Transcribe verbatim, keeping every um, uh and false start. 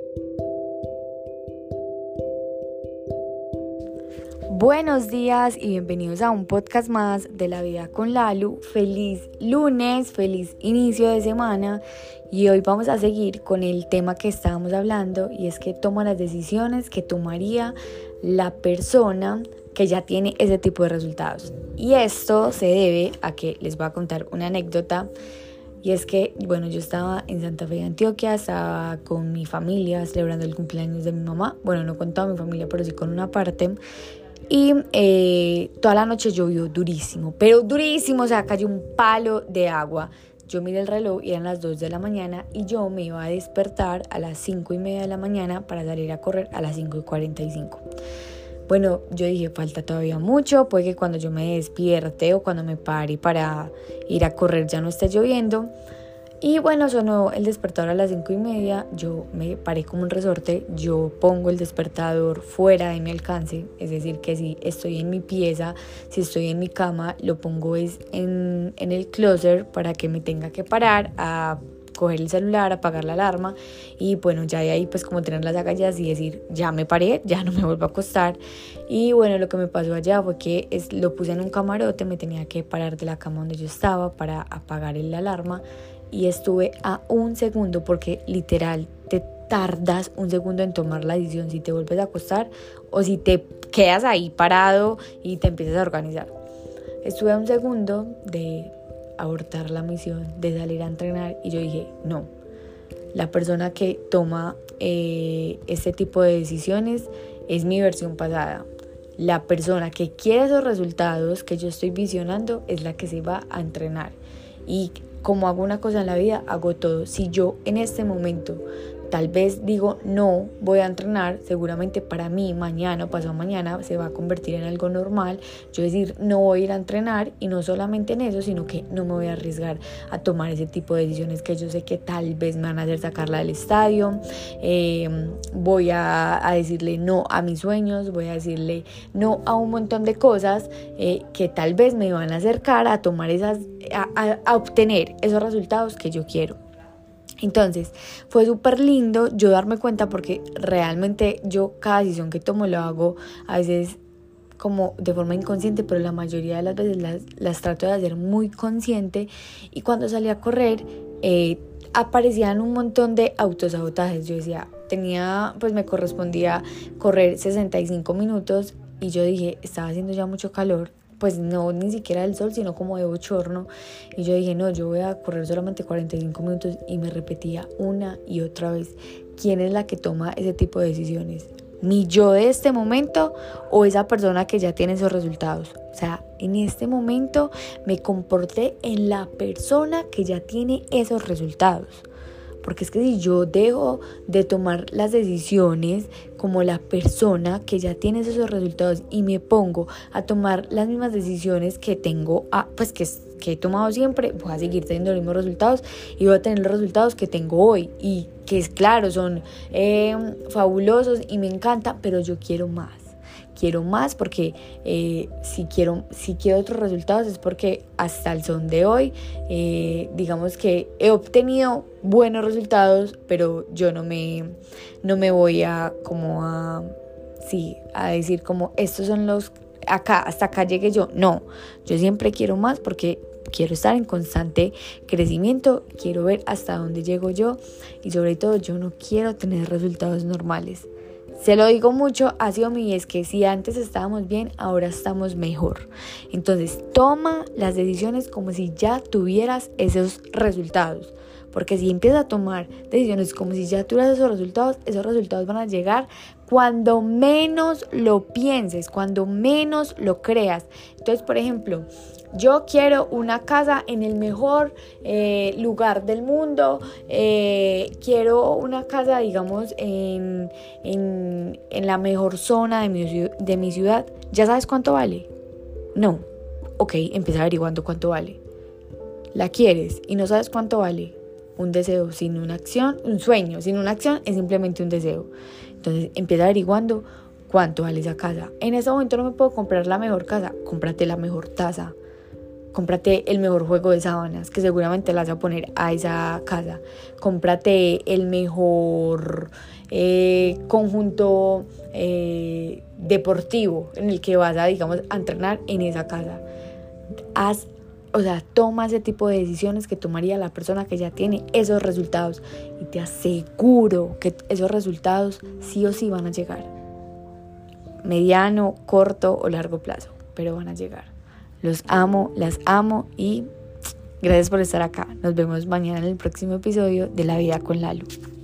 Buenos días y bienvenidos a un podcast más de La Vida con Lalu. Feliz lunes, feliz inicio de semana y hoy vamos a seguir con el tema que estábamos hablando y es que toma las decisiones que tomaría la persona que ya tiene ese tipo de resultados. Y esto se debe a que les voy a contar una anécdota. Y es que, bueno, yo estaba en Santa Fe de Antioquia, estaba con mi familia celebrando el cumpleaños de mi mamá. Bueno, no con toda mi familia, pero sí con una parte. Y eh, toda la noche llovió durísimo, pero durísimo, o sea, cayó un palo de agua. Yo miré el reloj y eran las dos de la mañana y yo me iba a despertar a las cinco y media de la mañana para salir a correr a las cinco y cuarenta y cinco. Bueno, yo dije, falta todavía mucho, puede que cuando yo me despierte o cuando me pare para ir a correr ya no esté lloviendo. Y bueno, sonó el despertador a las cinco y media, yo me paré como un resorte, yo pongo el despertador fuera de mi alcance, es decir, que si estoy en mi pieza, si estoy en mi cama, lo pongo es en, en el closet para que me tenga que parar a coger el celular, apagar la alarma y bueno, ya de ahí pues como tener las agallas y decir, ya me paré, ya no me vuelvo a acostar. Y bueno, lo que me pasó allá fue que es, lo puse en un camarote, me tenía que parar de la cama donde yo estaba para apagar la alarma. Y estuve a un segundo porque literal te tardas un segundo en tomar la decisión si te vuelves a acostar o si te quedas ahí parado y te empiezas a organizar. Estuve a un segundo de abortar la misión, de salir a entrenar y yo dije, no, la persona que toma eh, este tipo de decisiones es mi versión pasada. La persona que quiere esos resultados que yo estoy visionando es la que se va a entrenar. Y como hago una cosa en la vida, hago todo. Si yo en este momento tal vez digo no voy a entrenar, seguramente para mí mañana o pasado mañana se va a convertir en algo normal. Yo decir no voy a ir a entrenar y no solamente en eso, sino que no me voy a arriesgar a tomar ese tipo de decisiones que yo sé que tal vez me van a hacer sacarla del estadio. Eh, voy a, a decirle no a mis sueños, voy a decirle no a un montón de cosas eh, que tal vez me van a acercar a tomar esas, a, a, a obtener esos resultados que yo quiero. Entonces fue súper lindo yo darme cuenta porque realmente yo cada decisión que tomo lo hago a veces como de forma inconsciente, pero la mayoría de las veces las, las trato de hacer muy consciente. Y cuando salí a correr eh, aparecían un montón de autosabotajes. Yo decía, tenía, pues me correspondía correr sesenta y cinco minutos y yo dije, estaba haciendo ya mucho calor. Pues no ni siquiera del sol, sino como de bochorno. Y yo dije, no, yo voy a correr solamente cuarenta y cinco minutos. Y me repetía una y otra vez, ¿quién es la que toma ese tipo de decisiones? ¿Mi yo de este momento o esa persona que ya tiene esos resultados? O sea, en este momento me comporté en la persona que ya tiene esos resultados. Porque es que si yo dejo de tomar las decisiones como la persona que ya tiene esos resultados y me pongo a tomar las mismas decisiones que tengo, a, pues que, que he tomado siempre, voy a seguir teniendo los mismos resultados y voy a tener los resultados que tengo hoy. Y que es claro, son eh, fabulosos y me encantan, pero yo quiero más. Quiero más porque eh, si, quiero, si quiero otros resultados es porque hasta el son de hoy, eh, digamos que he obtenido buenos resultados, pero yo no me, no me voy a como a, sí, a decir como estos son los, acá, hasta acá llegué yo. No, yo siempre quiero más porque quiero estar en constante crecimiento, quiero ver hasta dónde llego yo y sobre todo yo no quiero tener resultados normales. Se lo digo mucho a Xiomi y es que si antes estábamos bien, ahora estamos mejor. Entonces toma las decisiones como si ya tuvieras esos resultados. Porque si empiezas a tomar decisiones como si ya tuvieras esos resultados, esos resultados van a llegar cuando menos lo pienses, cuando menos lo creas. Entonces, por ejemplo, yo quiero una casa en el mejor eh, lugar del mundo, eh, quiero una casa, digamos, en, en, en la mejor zona de mi, de mi ciudad. ¿Ya sabes cuánto vale? No. Ok, empieza averiguando cuánto vale. ¿La quieres y no sabes cuánto vale? Un deseo sin una acción, un sueño sin una acción es simplemente un deseo. Entonces empieza averiguando cuánto vale esa casa. En ese momento no me puedo comprar la mejor casa, cómprate la mejor taza. Cómprate el mejor juego de sábanas, que seguramente le vas a poner a esa casa. Cómprate el mejor eh, conjunto eh, deportivo en el que vas a, digamos, a entrenar en esa casa. Haz, o sea, toma ese tipo de decisiones que tomaría la persona que ya tiene esos resultados. Y te aseguro que esos resultados sí o sí van a llegar. Mediano, corto o largo plazo, pero van a llegar. Los amo, las amo y gracias por estar acá. Nos vemos mañana en el próximo episodio de La Vida con Lalu.